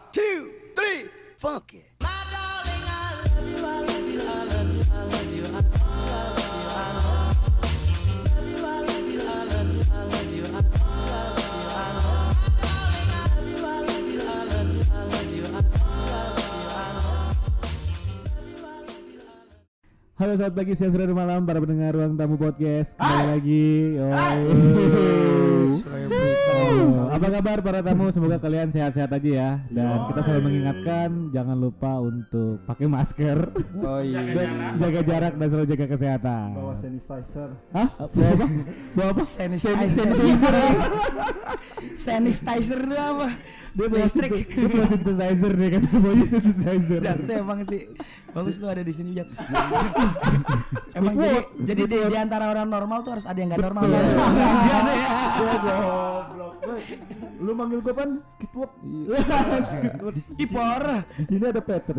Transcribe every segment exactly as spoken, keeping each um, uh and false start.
two, three, funky. Halo selamat pagi, siang, sore, dan malam para pendengar Ruang Tamu Podcast. Kembali lagi. Oh, apa kabar para tamu? Semoga kalian sehat-sehat aja ya. Dan kita selalu mengingatkan jangan lupa untuk pakai masker. Oh iya. Jaga jarak dan selalu jaga kesehatan. Bawa sanitizer. Hah? Bawa apa? Bawa apa? Sanitizer. Sanitizer itu apa? Dia bawa listrik. Dia bawa sanitizer nih, kata bawa sanitizer. Dan saya emang sih bagus lu ada di sini, Jat. Emang jadi jadi di, di antara orang normal tuh harus ada yang enggak normal. Iya goblok. Lu manggil gua pan Skitward. Skipor. Di sini ada Peter.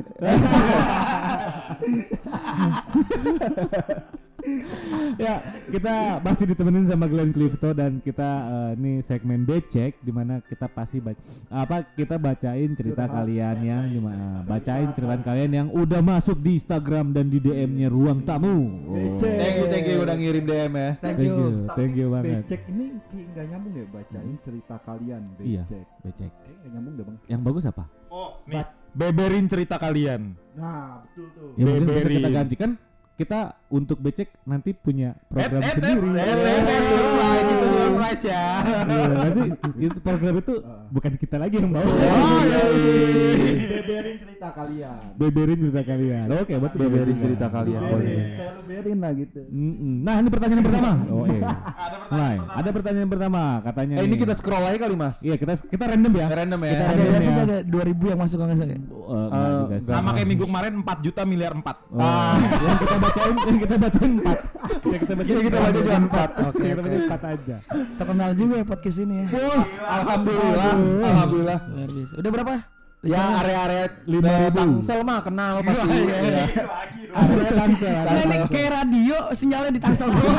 Ya, kita masih ditemenin sama Glenn Clifton dan kita uh, ini segmen becek di mana kita pasti baca, apa kita bacain cerita Curhat. kalian yang dimana, bacain cerita kalian yang udah masuk di Instagram dan di D M-nya Ruang Tamu. Oh. Thank you, thank you udah ngirim D M ya. Thank you, thank you banget. Becek ini enggak nyambung ya bacain cerita kalian. Becek. Iya, becek. Kayak enggak nyambung deh, Bang. Yang bagus apa? Oh, nih. Beberin cerita kalian. Nah, betul tuh. Ya mungkin bisa Beberin. kita gantikan. Kita untuk becek nanti punya program et, et, sendiri. et, et, et, et, surprise, itu surprise ya. Iya, nanti itu program itu bukan kita lagi yang bawa. Oh, iya, iya. Beberin cerita kalian. Beberin cerita kalian. Oke, betul. Beberin cerita kalian. Beberin, kayak lu berin lah gitu. Mm-mm. Nah, ini pertanyaan pertama. Oh, iya. Ada pertanyaan Mulai. pertama. Ada pertanyaan pertama katanya. Eh ini nih. kita scroll aja kali, Mas. Iya, kita kita random ya. Random ya. Kita Ada random berapa ya. sih, ada dua ribu yang masuk enggak salah. Uh, enggak juga sih. Sama kayak minggu kemarin empat juta miliar empat. Oh, yang kita bacain, yang kita bacain empat. Yang kita bacain, Kita baca cuma empat. Oke, kita bacain empat aja. Terkenal juga ya podcast ini ya. Alhamdulillah. Alhamdulillah. Alhamdulillah. Luar biasa. Udah berapa? Ya, area-area lima ribu. Tangsel mah kenal pasti. Iya. Area Tangsel. Nah, ini kayak radio sinyalnya di Tangsel doang.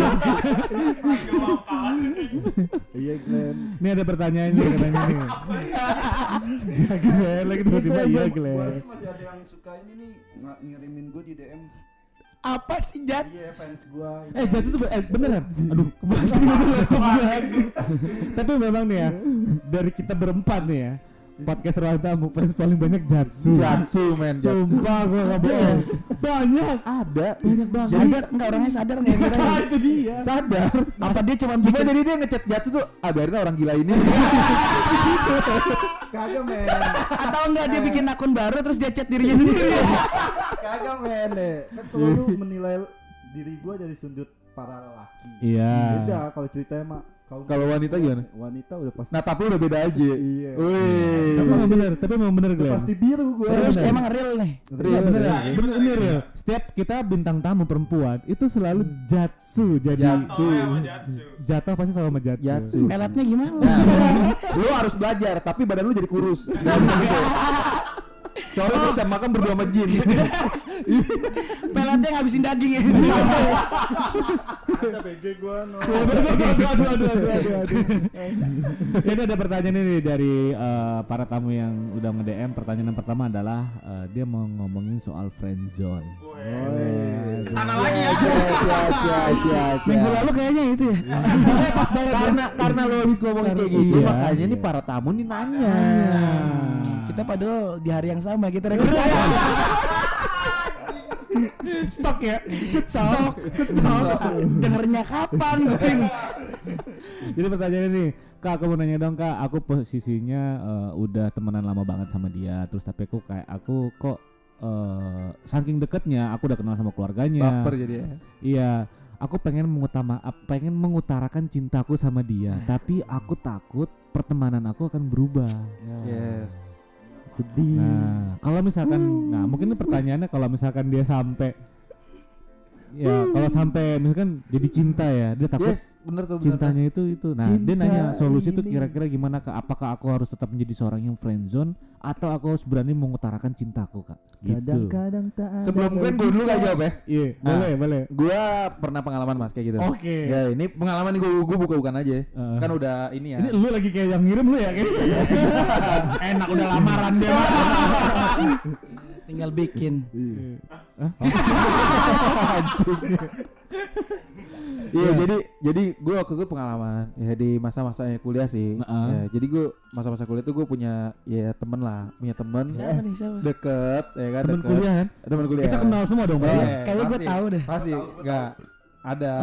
Iya, Glenn. Ini ada pertanyaan nih katanya nih. Ya Glenn, lagi tiba-tiba iya Gua Glenn. masih ada yang suka ini nih ng- ngirimin gue di D M. Apa sih, Jat? Iya, fans gua. Eh jatuh tuh eh beneran. Aduh, kebantu itu laptop gua. Tapi memang nih ya, dari kita berempat nih ya, podcast Ruang Tamu fans paling banyak Jatsu. Jatsu men, Jatsu. Sumpah gua enggak bohong. Banyak, ada, banyak banget. Sadar enggak orangnya sadar enggak kira? Itu dia. Sadar. Apa dia cuma Cuma bikin jadi dia ngechat Jatsu tuh, ah biarin orang gila ini. Kagak, men. atau enggak dia bikin akun baru terus dia chat dirinya sendiri. Kagak, men. Eh. Kan kalau lu menilai diri gua dari sudut para lelaki. Iya. Beda kalau ceritanya mah Kalau wanita gimana? Wanita udah pasti. Nah tapi udah beda aja. Iya. Wih. Tapi memang bener, tapi memang bener Udah Glenn. pasti biru gua. Serius bener. emang real nih. Iya bener, bener ini real. Setiap kita bintang tamu perempuan itu selalu Jatsu, jadi Jatsu. jatuh pasti sama Jatsu. Jatsu. Peletnya gimana? Lu harus belajar, tapi badan lu jadi kurus. Gak bisa gitu. Soalnya lu setiap makan berdua sama jin. Peletnya ngabisin daging ya. Ada B G gua. No. Aduh, aduh, aduh, aduh, aduh, aduh, aduh. Ini ada pertanyaan ini dari uh, para tamu yang udah nge-D M. Pertanyaan yang pertama adalah uh, dia mau ngomongin soal friendzone. Kesana lagi ya. Minggu lalu kayaknya itu ya. Pas banget. Karena karena lu habis ngomongin kayak gitu, Iya, makanya nih iya. para tamu nih nanya. Kita padahal di hari yang sama kita rekor. Stok ya, stok, stok. Dengernya kapan gue? Jadi pertanyaan ini, Kak, aku mau nanya dong Kak, aku posisinya uh, udah temenan lama banget sama dia, terus tapi aku kayak aku kok uh, saking deketnya, aku udah kenal sama keluarganya. Baper jadi ya. Iya, aku pengen mengutama, pengen mengutarakan cintaku sama dia, tapi aku takut pertemanan aku akan berubah. Yes. Sedih. Nah, kalau misalkan, nah mungkin ini pertanyaannya kalau misalkan dia sampai ya kalau sampai misalkan jadi cinta ya, dia takut Yes, bener tuh bener. cintanya itu itu. Nah, Cinta dia nanya solusi itu ini. kira-kira gimana Kak? Apakah aku harus tetap menjadi seorang yang friendzone atau aku harus berani mengutarakan cintaku, Kak? Gitu. Kadang-kadang tak ada. Sebelum Glenn gue dulu gak jawab ya. Iya, boleh, boleh. Gua pernah pengalaman Mas kayak gitu. Oke. Ya ini pengalaman gue gue buka-bukan aja. Heeh. Kan udah ini ya. Ini lu lagi kayak yang ngirim lu ya kayaknya. Enak udah lamaran dia. Tinggal bikin. Iya, jadi jadi gue waktu itu pengalaman ya di masa-masa kuliah sih. Heeh. Ya, jadi gue masa-masa kuliah tuh gue punya ya temen lah, punya temen Siapa nih siapa? deket, ya kan Temen deket. kuliah kan? Temen kuliah. Kita kenal semua dong, Oh, Bang. iya. Kayaknya gue pasti. tahu deh. Pasti enggak ada.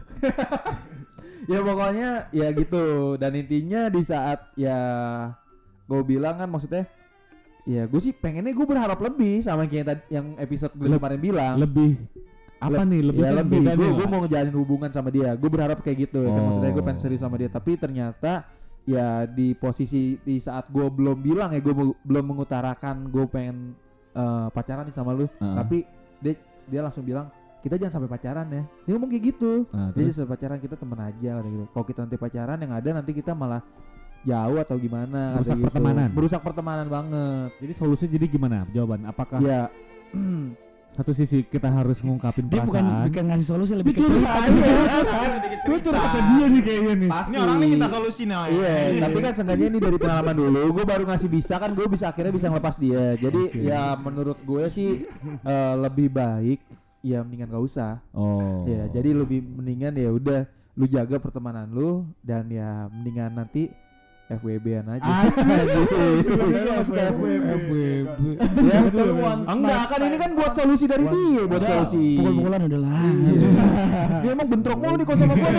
Ya pokoknya ya gitu, dan intinya di saat ya gue bilang kan maksudnya ya gue sih pengennya gue berharap lebih sama kayak yang tadi yang episode gue Leb- kemarin bilang. Lebih apa Le- nih? Lebih ya kan lebih beda gue nih, gue Wak. mau ngejalin hubungan sama dia, gue berharap kayak gitu ya kan, maksudnya gue pengen Oh. serius sama dia, tapi ternyata ya di posisi di saat gue belum bilang ya gue mau- belum mengutarakan gue pengen eh, pacaran nih sama lu, Heeh. tapi dia dia langsung bilang kita jangan sampai pacaran ya, dia ngomong kayak gitu. Nah, Jadi terus sampai pacaran kita temen aja kata gitu. Kalau kita nanti pacaran yang ada nanti kita malah jauh atau gimana, kata Merusak gitu. pertemanan. Merusak pertemanan banget. jadi solusinya jadi gimana? Jawaban apakah Ya satu sisi kita harus ngungkapin Dia bukan perasaan? bukan ngasih solusi, lebih ke Dia curhat cerita. aja. Gue curhat ke dia nih kayaknya nih. pasti. Ini orang nih minta solusi nih. Iya, tapi kan seenggaknya ini dari pengalaman dulu, gue baru ngasih bisa kan, gue bisa akhirnya bisa ngelepas dia. Jadi Oke. ya menurut gue sih eh, lebih baik ya mendingan gak usah. Oh. Ya, jadi lebih mendingan ya udah lu jaga pertemanan lu, dan ya mendingan nanti F W B-an aja. Asik. F W B. Ya, One enggak kan ini kan buat solusi dari dia, buat Udah, solusi. Pukul-pukulan udah lah. Dia emang bentrok mulu nih kalau sama gue nih.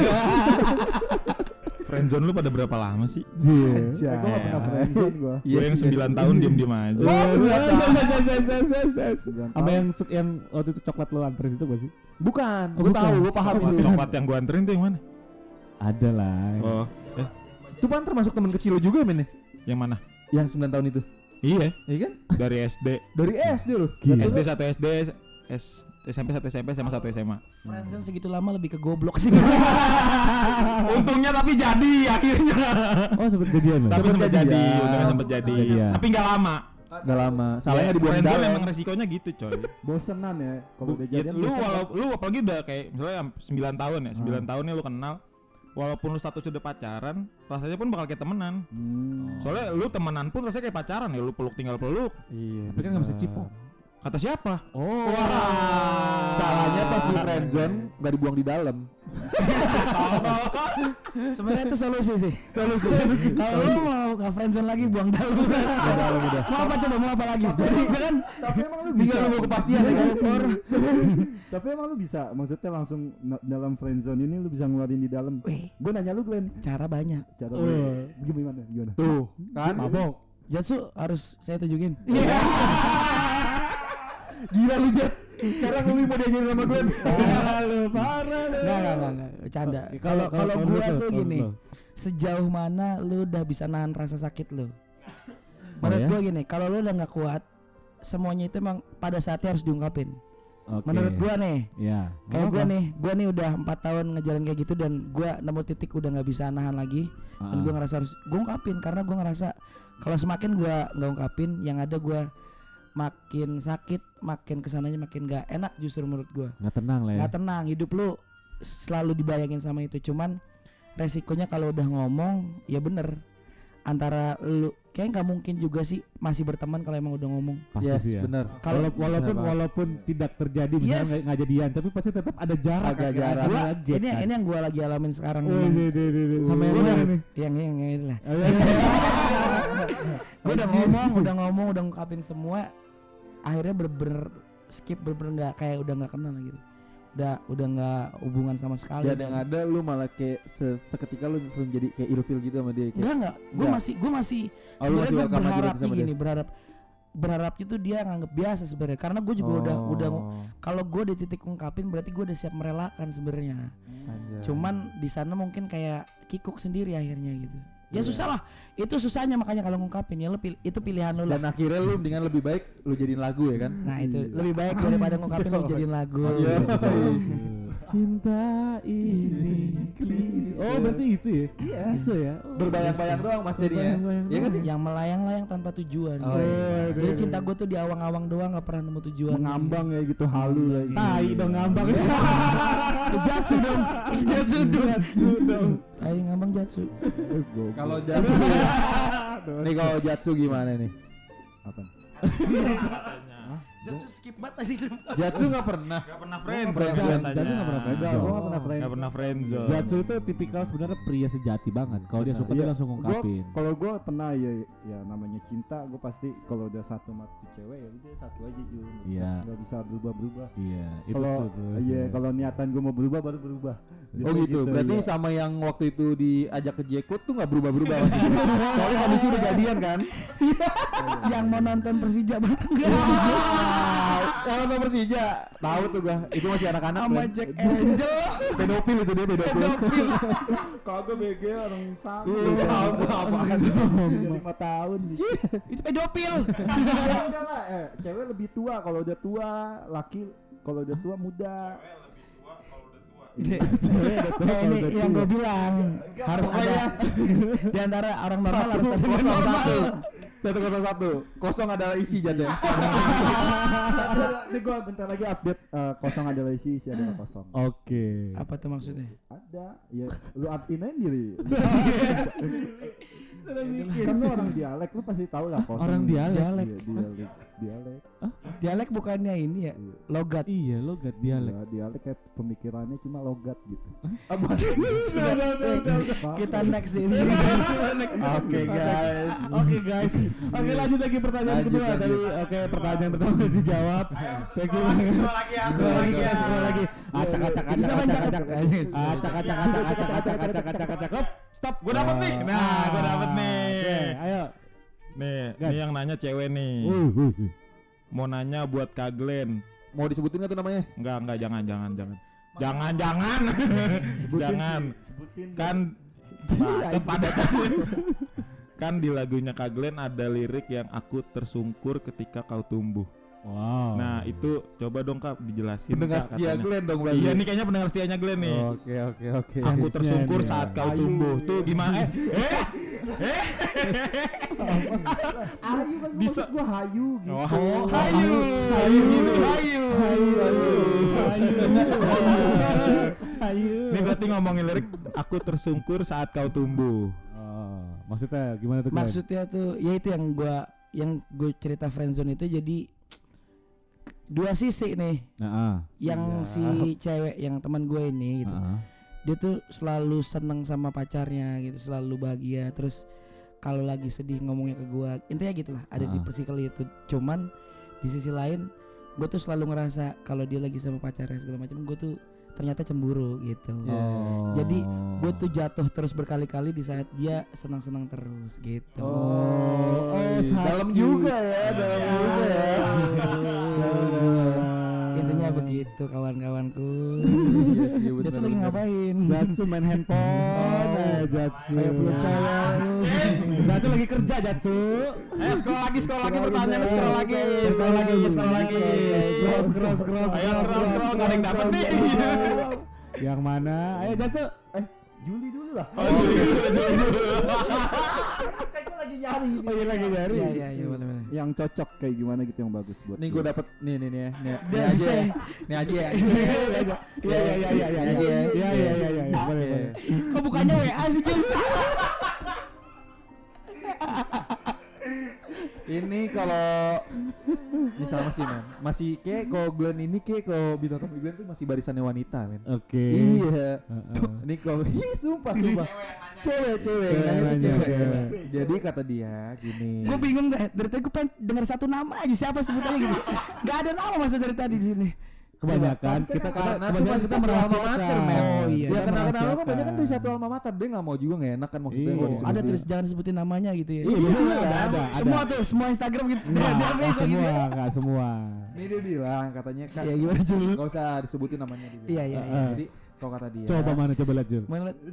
Friendzone lu pada berapa lama sih? Iya. Ya, gue gak pernah friendzone gue. Gue yang sembilan tahun diem-diem aja. Oh, sembilan tahun. Sembilan Sama tahun. yang su- yang waktu itu coklat lo anterin itu gak sih? Bukan, Oh, gue bukan. tahu, gue paham Oh, itu. Coklat yang gue anterin tuh yang mana? Ada lah. Oh, eh, Itu kan termasuk teman kecil lu juga men ya? yang mana? Yang sembilan tahun itu. Iya, Iya kan? dari S D. Dari S D loh. Gila. S D satu S D, S S M P satu S M P sama satu S M A. Friendzone segitu lama lebih ke goblok sih. Untungnya tapi jadi akhirnya. Oh, sempet jadian lo. Tapi Sempet sempat jadian. jadi, untungnya sempat jadi. Iya. Tapi nggak lama. Gak lama. Salahnya Ya, dibuang friendzone dalam. emang resikonya gitu, coy. Bosenan ya. Kalau udah Ya, jadian lu bosenan. walau lu apalagi udah kayak misalnya sembilan tahun ya, sembilan Hmm. tahunnya lu kenal. Walaupun lu status udah pacaran, rasanya pun bakal kayak temenan. Hmm. Soalnya lu temenan pun rasanya kayak pacaran ya, lu peluk tinggal peluk. Iya. Tapi kan nggak bisa cipok. Kata siapa? Oh. Salahnya pas di friendzone gak dibuang di dalam. Sebenarnya itu solusi sih. Solusi. Kalau lu mau ke friendzone lagi buang dalam. dalam udah. Mau apa coba? Mau apa lagi? Jadi kan Tapi emang lu Tinggal bisa. nunggu kepastian ya kan. Tapi emang lu bisa. Maksudnya langsung na- dalam friendzone ini lu bisa ngeluarin di dalam. Wih, Gue nanya lu Glenn. cara banyak. Cara Oh. lu gimana? Gimana? Tuh, kan? Mabok. Jatsu harus saya tunjukin. Gila lu Jet. Sekarang lu mau diajarin sama Glenn. Halo, parah lu. Enggak, enggak, enggak, enggak. Bercanda. Kalau- Kalau kalau- kalau kalau gua menurut tuh lo, gini, menurut sejauh mana lu udah bisa nahan rasa sakit lu? Menurut ya? gua gini, kalau lu udah nggak kuat, semuanya itu emang pada saatnya harus diungkapin. Oke. Menurut gua nih, Ya. kayak Apa? gua nih, gua nih udah empat tahun ngejalan kayak gitu dan gua nemu titik udah nggak bisa nahan lagi, dan Ah. gua ngerasa harus gua ungkapin karena gua ngerasa kalau semakin gua nggak ungkapin, yang ada gua makin sakit, makin kesananya makin nggak enak justru menurut gua. Nggak tenang lah ya. Nggak tenang, hidup lu selalu dibayangin sama itu. Cuman resikonya kalau udah ngomong, ya bener. Antara lu kayak nggak mungkin juga sih masih berteman kalau emang udah ngomong. Pasti Yes, sih ya. bener. Kalau Wala- walaupun Benar, Pak. walaupun tidak terjadi misalnya Yes. nggak nggak jadian, tapi pasti tetap ada jarak. Ada kan? jarak. Ada Gua, gap ini kan? ini yang gua lagi alamin sekarang. Oh, memang. iya, iya, iya, iya. Sama yang Gua mana udah- nih? yang yang yang ini lah. Oh, iya, iya. Gue udah ngomong, udah ngomong, udah ngungkapin semua. Akhirnya bener-bener skip, bener-bener nggak kayak udah nggak kenal gitu. Udah udah nggak hubungan sama sekali. Dan yang ada lu malah kayak se- seketika lu langsung jadi kayak ilfeel gitu sama dia kayak. Enggak enggak, gue Enggak. masih gue masih Oh, lu sebenarnya masih gue welcome aja berharap berarti sama nih dia? gini, berharap berharapnya tuh dia nganggep biasa sebenarnya karena gue juga udah Oh, udah kalau gue di titik ungkapin berarti gue udah siap merelakan sebenarnya. anjay. Cuman di sana mungkin kayak kikuk sendiri akhirnya gitu. Ya Iya. susah lah, itu susahnya makanya kalau ngungkapin ya lu pil- itu pilihan lu lah. dan akhirnya lu mendingan lebih baik lu jadiin lagu ya kan. Nah itu lebih baik daripada ngungkapin lu jadiin lagu. Iya. gitu. cinta ini klise. Oh berarti itu ya? Iya. Bisa ya? Oh, Berbayang-bayang doang Mas jadinya. Berbayang-bayang Iya kan sih? Yang melayang-layang tanpa tujuan. Oh, iya. Jadi cinta gue tuh di awang-awang doang, nggak pernah nemu tujuan. Mengambang ya gitu halu lagi. Tai dong ngambang. Jatsu dong. Jatsu dong. Jatsu dong. Tai ngambang jatsu. Kalau Jatsu nih kalau Jatsu gimana nih? Apa? Jatsu skip banget tadi tuh. Jatsu nggak pernah. Gak pernah friends. Jatsu nggak pernah friendzone. Enggak, gua enggak pernah friend. Gak pernah friendzone. Jatsu itu tipikal sebenarnya pria sejati banget. Kalau dia suka Iya. dia langsung Gua, ngungkapin. kalau gue pernah ya, ya namanya cinta, gue pasti kalau udah satu sama tuh cewek ya udah satu aja Jul, nggak bisa, Iya. nggak bisa berubah-berubah. Iya, itu Kalau terus. iya kalau niatan gue mau berubah baru berubah. Oh gitu. Berarti iya. sama yang waktu itu diajak ke Jackpot tuh nggak berubah-berubah Mas. Soalnya kondisi udah jadian kan. Yang mau nonton Persija banget enggak? Kalau nonton Persija, tahu tuh gua. Itu masih anak-anak. Sama men. Jack Angel. Pedofil itu dia pedofil. Kagak B G orang sama. Iya, sama, apaan lima tahun. Itu pedofil. Enggak lah, eh cewek lebih tua kalau udah tua, laki kalau udah tua muda. Eh, ini yang gue bilang harus ada di antara orang normal harus ada yang kosong normal. satu. Satu kosong satu. Kosong adalah isi jadinya. Ini gua bentar lagi update eh, kosong adalah isi, isi adalah kosong. Oke. Apa tuh maksudnya? Ada, ya lu artiin aja diri. Kan lu orang dialek, lu pasti tahu lah kosong. Orang dialek? Iya, dialek, dialek. Dialek bukannya ini ya? Iya. Logat. Iya, logat dialek. Iya, dialek kayak pemikirannya cuma logat gitu. Apa? Kita next ini. Oke guys. Oke guys. Oke lanjut lagi pertanyaan Lanjut, kedua lanjut. tadi. Oke pertanyaan pertama dijawab. Thank you banget. Scroll lagi kita scroll lagi. Acak acak acak Bisa acak main acak. cakep. Acak acak acak acak acak acak acak acak. Hop, stop. Gue dapet nih. Nah, gue dapet nih. Oke, ayo. Nih, Gan. ini yang nanya cewek nih. Uh, uh, uh. Mau nanya buat Kak Glenn. Mau disebutin nggak tuh namanya? Enggak, enggak, jangan, jangan, jangan. Jangan, jangan. Sebutin Jangan. sih, sebutin. Kan bacot pada kan di lagunya Kak Glenn ada lirik yang aku tersungkur ketika kau tumbuh. Wow. Nah, itu coba dong Kak dijelasin. Pendengar Kak, setia katanya. Glenn dong berarti. Iya nih kayaknya pendengar setianya Glenn nih. Oke oke oke. Aku Fansnya tersungkur dia. saat kau Ayu. tumbuh. Tuh gimana? Eh, eh, eh. Ayu kan gua Bisa. maksud gua hayu gitu. Oh, Hayu. Hayu gitu. Hayu. Ayo. Ini berarti ngomongin lirik aku tersungkur saat kau tumbuh. Oh, maksudnya gimana tuh? Glenn? Maksudnya tuh ya itu yang gua yang gue cerita friendzone itu jadi dua sisi nih. Nah, ah. Yang si cewek yang teman gue ini gitu. Ah, ah. Dia tuh selalu seneng sama pacarnya gitu, selalu bahagia. Terus kalau lagi sedih ngomongnya ke gue, intinya gitulah. Ada di Ah. persikal itu. Cuman di sisi lain, gue tuh selalu ngerasa kalau dia lagi sama pacarnya segala macam, gue tuh ternyata cemburu gitu. Oh. Jadi gue tuh jatuh terus berkali-kali di saat dia senang-senang terus gitu. Oh, Oh, iya. dalam juga ya, dalam Iya. juga ya. Intinya begitu kawan-kawanku. Iya sih, bener, Jatsu lagi bener. ngapain? Jatsu main handphone. Eh, Jatsu. Kayak punya cewek lu. Jatsu lagi kerja, Jatsu. Ayo scroll lagi, scroll lagi pertanyaan, scroll lagi, scroll lagi, scroll lagi. Scroll, scroll, scroll. Ayo scroll, scroll, nggak ada yang dapet nih. Yang mana? Ayo Jatsu. Eh, Juli dulu lah. Oh, Juli dulu, Juli dulu. Kan gua lagi nyari Oh iya lagi nyari. Iya iya iya boleh boleh. yang cocok kayak gimana gitu yang bagus buat. Nih gue dapet nih nih nih ya. Nih, nih Dia aja bisa ya. ya. Nih aja ya. Iya iya iya iya iya iya. Ini aja ya. Iya iya iya iya. Boleh boleh. Kok bukannya W A sih Jul? Ini kalau misalnya sih men, masih kayak kalau Glenn ini kayak kalau bintang tamu Glenn tuh masih barisannya wanita men. Oke. Iya. Heeh. Ini kalau ih sumpah sumpah. Cewek cewek Cewek nanya tuh nanya, cewek. cewek. Jadi kata dia gini. Gue bingung deh. Dari tadi gue pengen denger satu nama aja siapa sebutannya gitu. Gak ada nama masa dari tadi di sini. Kebanyakan Kan kita karena tuh kebanyakan masih kita satu alma merahasiakan. mater, men. Oh, iya. Ya Kita kenal kenal lo kan merahasiakan. banyak kan dari satu alma mater, dia nggak mau juga nggak enak kan maksudnya Iya. kalau Oh, disebutin. ada terus jangan disebutin namanya gitu ya. Iya benar ada ada. Semua tuh semua Instagram gitu. Enggak, Dia enggak bisa gitu semua, ya. enggak semua. Ini dia bilang katanya kan Iya gimana Jul? nggak usah disebutin namanya dia. bilang. Iya iya. iya. Heeh. Jadi kalau kata dia. Coba mana coba lihat Jul. Mana liat?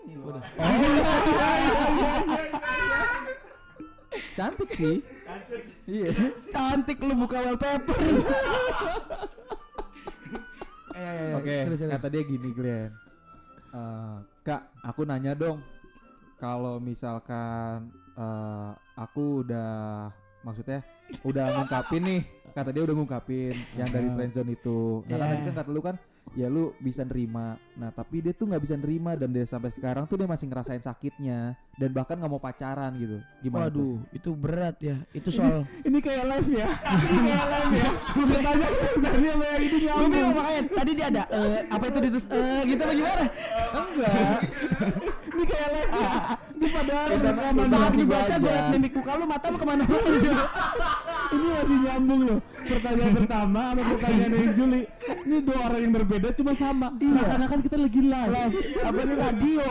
Cantik sih. Iya. Cantik lu buka wallpaper. Ya, ya, ya. Oke, Serius, serius. kata dia gini Glenn. Eh, Kak, aku nanya dong. Kalau misalkan eh, aku udah maksudnya udah ngungkapin nih, kata dia udah ngungkapin yang dari friendzone itu. Nah, kan Iya. tadi kan kata lu kan ya lu bisa nerima. Nah, tapi dia tuh nggak bisa nerima dan dia sampai sekarang tuh dia masih ngerasain sakitnya dan bahkan nggak mau pacaran gitu. Gimana tuh? Waduh, itu berat ya. Itu soal Ini kayak live ya. Ini kayak live ya. Pertanyaan tadi sama yang ini Gue nyambung. bingung makanya tadi dia ada eh apa itu dia terus eh gitu apa gimana? Enggak. Ini kayak live ya. Ini padahal Bisa- rekaman bisa Saat masih dibaca gue aja. liat mimik muka lu, mata lu kemana mana? ini masih nyambung loh. Pertanyaan pertama sama pertanyaan yang Juli. Ini dua orang yang berbeda cuma sama. Seakan-akan kita lagi live. Apa ini radio?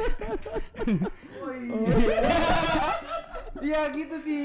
Iya gitu sih.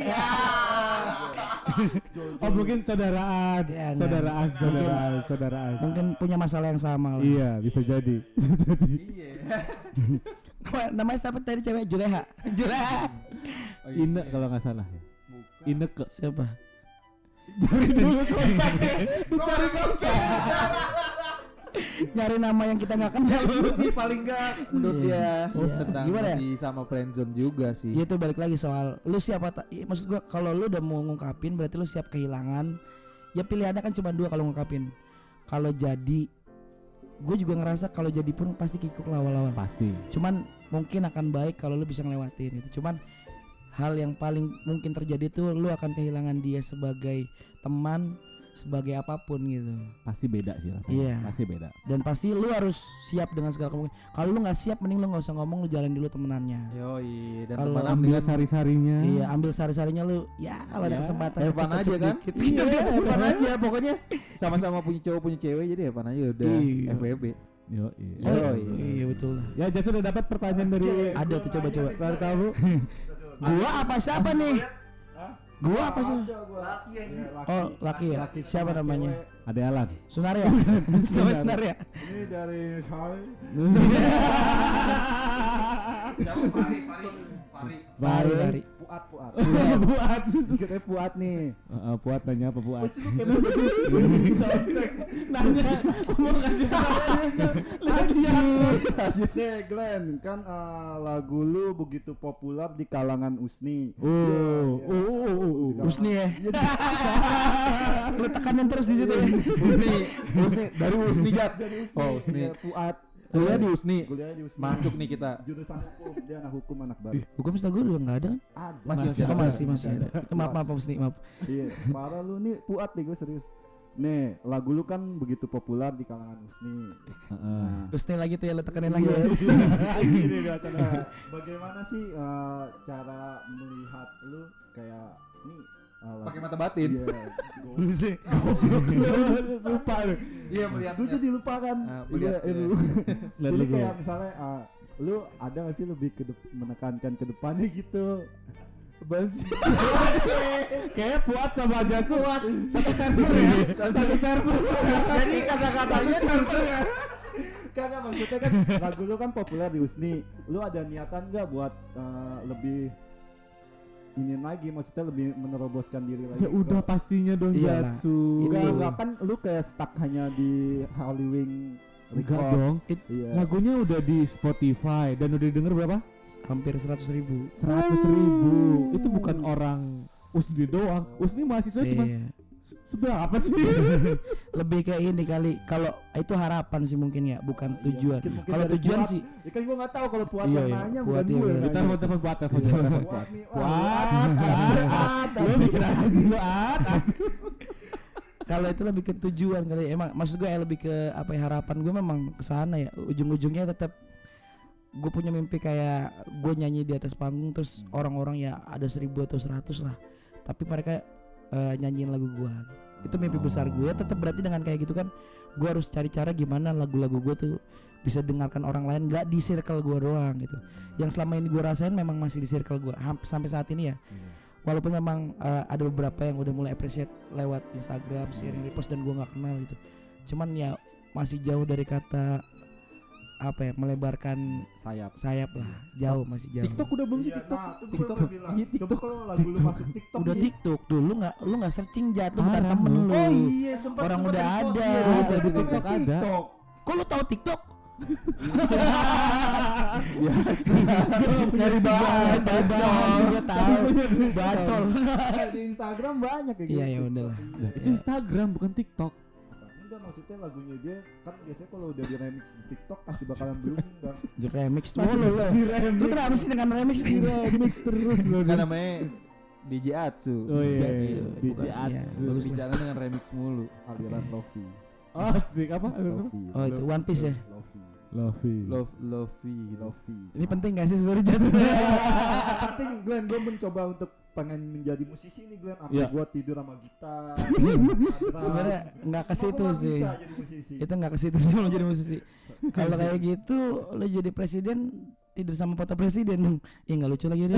Oh mungkin saudaraan, Ya, enggak. saudaraan, saudaraan, saudaraan. Mungkin punya masalah yang sama lah. Iya bisa jadi, bisa jadi. Nama- Namanya siapa tadi cewek? Juleha. Juleha. Ine kalau nggak salah ya. Ineke. Siapa? Cari dulu kontaknya. Dicari kontak. Nyari nama yang kita nggak kenal. Itu sih paling enggak menurut dia Iya. tentang Gimana ya? masih sama friendzone juga sih. Iya tuh balik lagi soal lu siapa tak? Maksud gua kalau lu udah mau ngungkapin berarti lu siap kehilangan. Ya pilihannya kan cuma dua kalau ngungkapin. Kalau jadi, gue juga ngerasa kalau jadi pun pasti kikuk lawan-lawan. Pasti. Cuman mungkin akan baik kalau lu bisa ngelewatin itu. Cuman hal yang paling mungkin terjadi tuh lu akan kehilangan dia sebagai teman, sebagai apapun gitu. Pasti beda sih rasanya. Iya. Pasti beda. Dan pasti lu harus siap dengan segala kemungkinan. Kalau lu nggak siap, mending lu nggak usah ngomong, lu jalan dulu temenannya. Yoi, dan Kalau teman Ambil dengan sari-sarinya. Iya, ambil sari-sarinya lu. Ya, kalau ada Ya, kesempatan Evan aja kecup-kecup kan? dikit. Iya, Evan aja pokoknya. Sama-sama punya cowok punya cewek jadi Evan aja udah Iya. F W B. Yo, iya. Oh, Yoi. iya betul lah. Ya, Jas sudah dapat pertanyaan dari Ada tuh coba-coba. Baru tahu. Gua apa siapa nih? Gua apa sih? Laki Oh, laki ya. Siapa namanya? Ada Alan. Sunaria. Namanya Sunaria. Ini dari Shari. Bari, Bari. Puat, Puat. Buat. Kita Puat nih. Heeh, Puat tanya apa Puat? Pasti lu kayak soundtrack. Nanya, mau kasih pertanyaan. Lagi Nih Glenn, kan eh, lagu lu begitu populer di kalangan Usni. Oh, oh, oh, oh, oh. Usni ya. Lu tekanin terus di situ ya. Usni, Usni dari Usni Jat. Dari Usni. Oh, Usni. Iya, Puat. Kuliah di Usni. Kuliah di Usni. Masuk nih kita. Jurusan hukum, dia anak hukum anak baru. Hukum setahu gue udah nggak ada kan? Ada. Masih, Masih, ada. oh, masih, masih ada. Maaf, maaf, maaf, Usni, maaf. Iya, parah lu nih Puat nih gue serius. Nih, lagu lu kan begitu populer di kalangan Usni. Heeh. Nah, Usni lagi tuh ya, lu tekanin lagi. iya, ya. Usni. Gini dia acara. Bagaimana sih eh, cara melihat lu kayak nih eh, lagu- Pakai mata batin. Iya. Lupa lu. Iya melihat. Gue jadi lupa kan. Ah, Iya, melihat, eh, iya. lu. Lihat Jadi lu kayak gue. misalnya eh, lu ada gak sih lebih ke dep- menekankan ke depannya gitu? Bansi. Kayak Puat sama Jatsu satu server ya. Satu server. Jadi kata-katanya servernya. Kagak maksudnya kan lagu lu kan populer di Usni. Lu ada niatan nggak buat eh, lebih ini lagi, maksudnya lebih meneroboskan diri lagi? Ya udah ke- pastinya dong Iyalah. Jatsu. Enggak, enggak kan lu kayak stuck hanya di Hollywood Enggak record. dong. Iya. Lagunya udah di Spotify dan udah didengar berapa? Hampir seratus ribu. Seratus ribu. Itu bukan orang Usni doang. Usni mahasiswa cuma Iya. se- seberapa apa sih? Lebih kayak ini kali. Kalau itu harapan sih mungkin ya, bukan Iya, tujuan. mungkin- mungkin Kalau dari tujuan Puat. sih Ya kan gua nggak tahu kalau Puat Iya, yang iya. nanya Puat bukan iya gue. bener. yang Kita nanya. mau telepon Puat, telepon Iya. telepon Puat Puat. nih, wah, Puat, Puat, Puat, Puat. lu mikir aja lu At. At. kalau itu lebih ke tujuan kali. Emang maksud gue ya lebih ke apa ya, harapan gue memang ke sana ya. Ujung-ujungnya tetap gue punya mimpi kayak gue nyanyi di atas panggung terus orang-orang ya ada seribu atau seratus lah. Tapi mereka eh, nyanyiin lagu gue. Itu mimpi besar gue. Tetap berarti dengan kayak gitu kan gue harus cari cara gimana lagu-lagu gue tuh bisa dengarkan orang lain, nggak di circle gue doang gitu. Yang selama ini gue rasain memang masih di circle gue sampai saat ini ya. Walaupun memang uh, ada beberapa yang udah mulai appreciate lewat Instagram, sharing repost dan gue nggak kenal gitu. Cuman ya masih jauh dari kata apa ya melebarkan sayap. sayap lah, jauh masih jauh. TikTok udah belum sih Iya, TikTok? nah, itu gua bilang. Iya, Coba TikTok. kalau lagu lu masuk TikTok Udah nih. TikTok tuh lu nggak lu nggak searching Jat, lu bukan Parah, temen lu. lu. Oh iya, sempat Orang sempat udah di-post. ada. Iya, Ada iya, di iya. TikTok ada. Kok lu tahu TikTok? Biasa. Nyari bahan, Cari bahan, gua tahu. Bacol. Di Instagram banyak kayak gitu. Iya ya udahlah. Nah, itu Instagram bukan TikTok. Enggak, maksudnya lagunya dia kan biasanya kalau udah di remix di TikTok pasti bakalan booming bang. Di remix mulu lu. Lu kenapa sih dengan remix? Remix terus loh. Kan namanya D J Atsu. Oh iya, Jatsu. D J Bukan, iya, Atsu. bagus. Bicara dengan remix mulu. Aliran Lofi. Oh, sih apa? Lofi. Oh itu One Piece ya. Lofi. Lofi. Love Lovey gitu. Lofi. Ini penting gak sih sebenarnya Jat? Penting Glenn, gue mencoba untuk pengen menjadi musisi nih Glenn. Sampai Iya. gue tidur sama gitar. Sebenarnya nggak ke situ Kenapa gua sih. bisa jadi musisi? Itu nggak ke situ sih lo jadi musisi. Kalau kayak gitu lo jadi presiden tidur sama foto presiden dong. Ih nggak lucu lagi dia.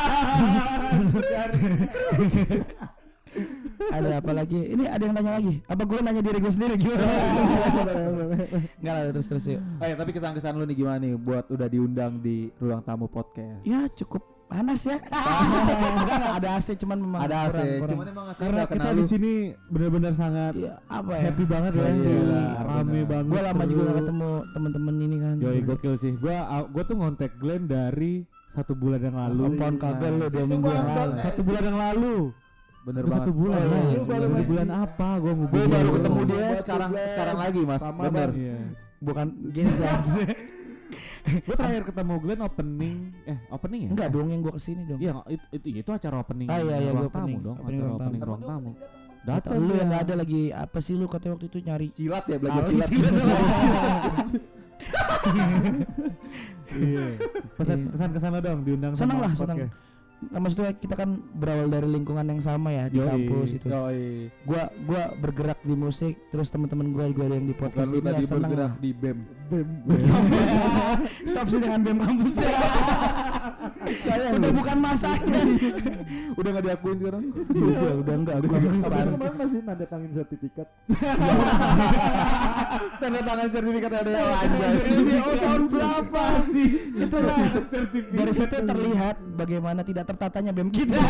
Ada apa lagi? Ini ada yang nanya lagi. Apa gue nanya diri gue sendiri gimana? Enggak lah terus terus yuk. Eh tapi kesan-kesan lu nih gimana nih buat udah diundang di Ruang Tamu Podcast? Ya cukup panas ya. Enggak enggak ada A C cuman memang Ada A C, kurang- kurang. cuman emang A C Karena nggak kita kenal di lu. sini benar-benar sangat Iya, apa ya? happy banget ya. Oh, iya, Gila, rame benar. banget. Gue lama seru. juga gak ketemu temen-temen ini kan. Yoi gokil sih. Gua gua tuh ngontek Glenn dari satu bulan yang lalu. Pohon kagak lo dua Itu minggu yang bangga. lalu. Satu bulan yang lalu. Bener Satu banget. bulan Oh, lah. iya, lu baru Di main bulan di- apa? Gua Gue ngubungin baru lu. ketemu dia Buat sekarang Glenn. sekarang lagi mas. Sama, Bener. Bang. Iya. Bukan gini kan. Gue terakhir ketemu Glenn opening eh opening ya? Enggak Eh, dong yang gua kesini dong. Iya, itu, itu itu acara opening. Ah, iya, iya, ruang gua tamu opening. dong, Opening acara ruang opening tamu. ruang tamu. Datang Datang lu yang dia. nggak ada lagi apa sih lu katanya waktu itu nyari Silat ya belajar Ah, silat. silat. Iya. Pesan Iya. kesan-kesan lo dong diundang Senang sama lah, senang. podcast. Nah, maksudnya kita kan berawal dari lingkungan yang sama ya di Yoi. kampus itu. Yoi. Gua gua bergerak di musik, terus teman-teman gua juga ada yang di Bukan podcast lu ini tadi ya senang bergerak lah. di B E M. Stop sih dengan B E M kampus. Saya udah bukan masanya. Udah nggak diakuin sekarang? udah udah enggak gua Tapi kemarin. kemarin masih nanda tangan sertifikat. Tanda tangan sertifikat ada yang Ini tahun berapa sih? Itulah dari situ terlihat bagaimana tidak tertatanya B E M kita.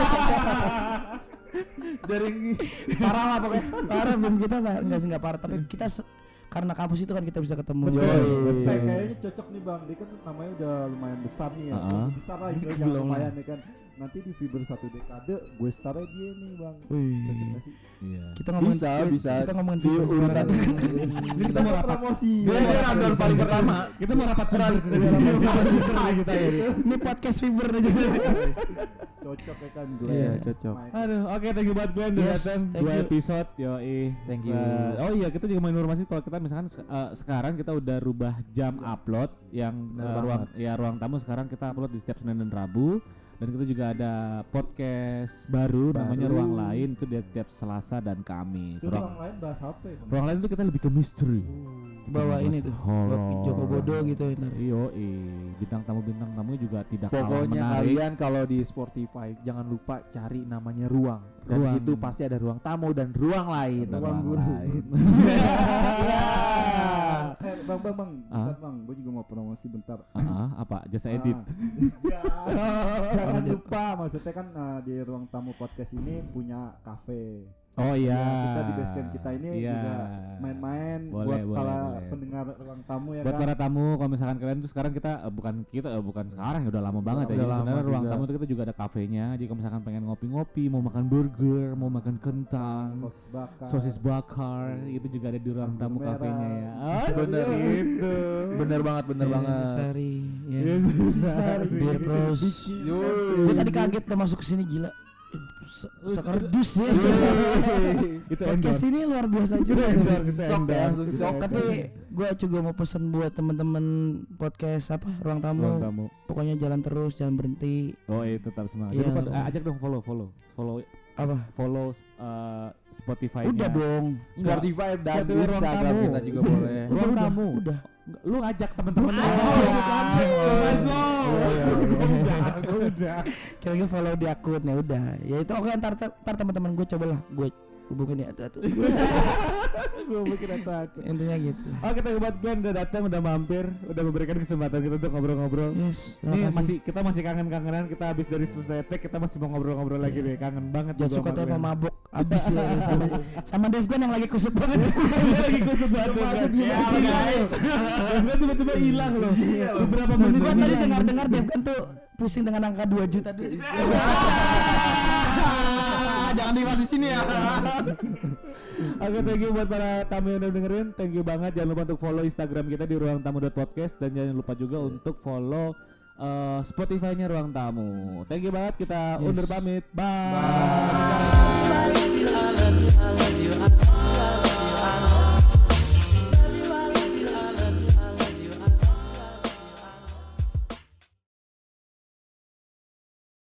dari Parah lah pokoknya. Parah B E M kita lah. Enggak sih enggak parah, tapi kita se- karena kampus itu kan kita bisa ketemu. Betul. Yoi. Kayak kayaknya cocok nih bang, dia kan namanya udah lumayan besar nih ya. Uh-uh. Besar lah istilahnya, jangan Belum lah. lumayan ya kan. Nanti di Fiber satu dekade gue starnya dia nih bang. Wih. Cocok gak sih? Iya. Kita ngomongin Bisa, kita bisa. Kita ngomongin Di video urutan sekarang. Ini kita mau rapat. promosi. dia dia rundown paling pertama. Kita mau rapat Ran- Fiber di sini. Kita ya. Ini podcast Fiber aja. Cocok ya kan gue. Iya, cocok. Main. Aduh, oke thank you banget Glenn udah Yes, datang thank dua you. episode yoi. Thank you. Eh, oh iya, kita juga mau informasi kalau kita misalkan se- eh, sekarang kita udah rubah jam upload yang Bener eh, banget. ruang ya ruang tamu sekarang kita upload di setiap Senin dan Rabu. Dan kita juga ada podcast baru, Baru. namanya Ruang Lain itu di setiap Selasa dan Kamis. Itu Ruang, orang lain bahas apa ya bang? ruang Lain itu kita lebih ke misteri. Bawa ini tuh. Horor. Bawa Joko Bodo gitu ntar. Iyo, bintang tamu bintang tamu juga tidak kalah Pokoknya menarik. kalian kalau di Spotify jangan lupa cari namanya Ruang. Dan di Ruang. situ pasti ada ruang tamu dan ruang lain. Dan Ruang ruang guru. lain. Eh bang bang bang, Ah? bentar bang, gue juga mau promosi bentar. Ah, ah, apa jasa edit? Ah. Ya, jangan lupa, maksudnya kan eh, di ruang tamu podcast ini punya kafe. Oh iya. Ya, kita di basecamp kita ini Iya. juga main-main Boleh, buat boleh, para boleh. pendengar ruang tamu ya Buat kan. para tamu, kalau misalkan kalian tuh sekarang kita eh, bukan kita eh, bukan sekarang ya udah lama banget ya. Udah Jadi lama sebenarnya ruang juga. tamu itu kita juga ada kafenya. Jadi kalau misalkan pengen ngopi-ngopi, mau makan burger, mau makan kentang, Sosis bakar. sosis bakar, itu juga ada di ruang tamu Anggur kafenya ya. merah. Oh, Bener. gitu. Bener banget, bener Iya, banget. Sari. Ya. Iya, Bir Bros. Yoi. Gue tadi kaget lo masuk ke sini gila. Se- Sekerdus ya. Itu Podcast endorse. ini luar biasa juga. Endorse, itu Sok ya, endorse. sok. Tapi gue juga mau pesan buat temen-temen podcast apa ruang tamu. Ruang tamu. Pokoknya jalan terus, jangan berhenti. Oh, itu tetap semangat. Iya. Jangan lupa eh, ajak dong follow, follow, follow, Apa? follow eh, Spotify-nya. Udah dong. Spotify dan Spotify ruang Instagram tamu. kita juga boleh. Ruang Udah, tamu. Udah. Lu ajak temen-temen lu. Oh, Oh, Mas lo. Iya, iya, iya. Udah, udah. Kira-kira follow di akun ya udah. Ya itu oke ntar ntar teman-teman gue cobalah gue hubungin ya atu-atu. Gue bikin atu-atu. Intinya gitu. Oke, thank you buat Glenn udah datang, udah mampir, udah memberikan kesempatan kita untuk ngobrol-ngobrol. Yes, terima Ini kasih. masih kita masih kangen-kangenan, kita habis dari selesai tag kita masih mau ngobrol-ngobrol lagi deh, kangen banget. Jangan juga suka sama tuh Glenn. sama mabok abis ya sama sama Devgan yang lagi kusut banget. lagi kusut banget Devgan. Ya, guys. Devgan tiba-tiba hilang loh. Beberapa menit Gua lagi tadi hilang. dengar-dengar Devgan tuh pusing dengan angka dua juta tuh. Jangan dibahas di sini ya. Oke, thank you buat para tamu yang udah dengerin. Thank you banget. Jangan lupa untuk follow Instagram kita di ruang tamu dot podcast dan jangan lupa juga untuk follow uh, Spotify-nya Ruang Tamu. Thank you banget. Kita Yes. undur pamit. Bye. Bye.